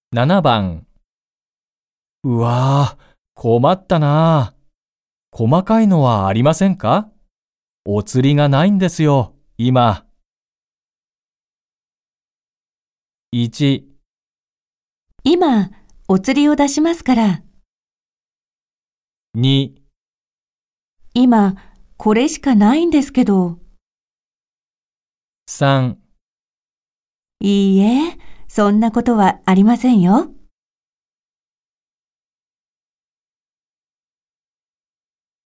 7番。うわぁ、困ったなぁ。細かいのはありませんか？お釣りがないんですよ、今。1、 今、お釣りを出しますから。 2、 今、これしかないんですけど。 3。 いいえ、そんなことはありませんよ。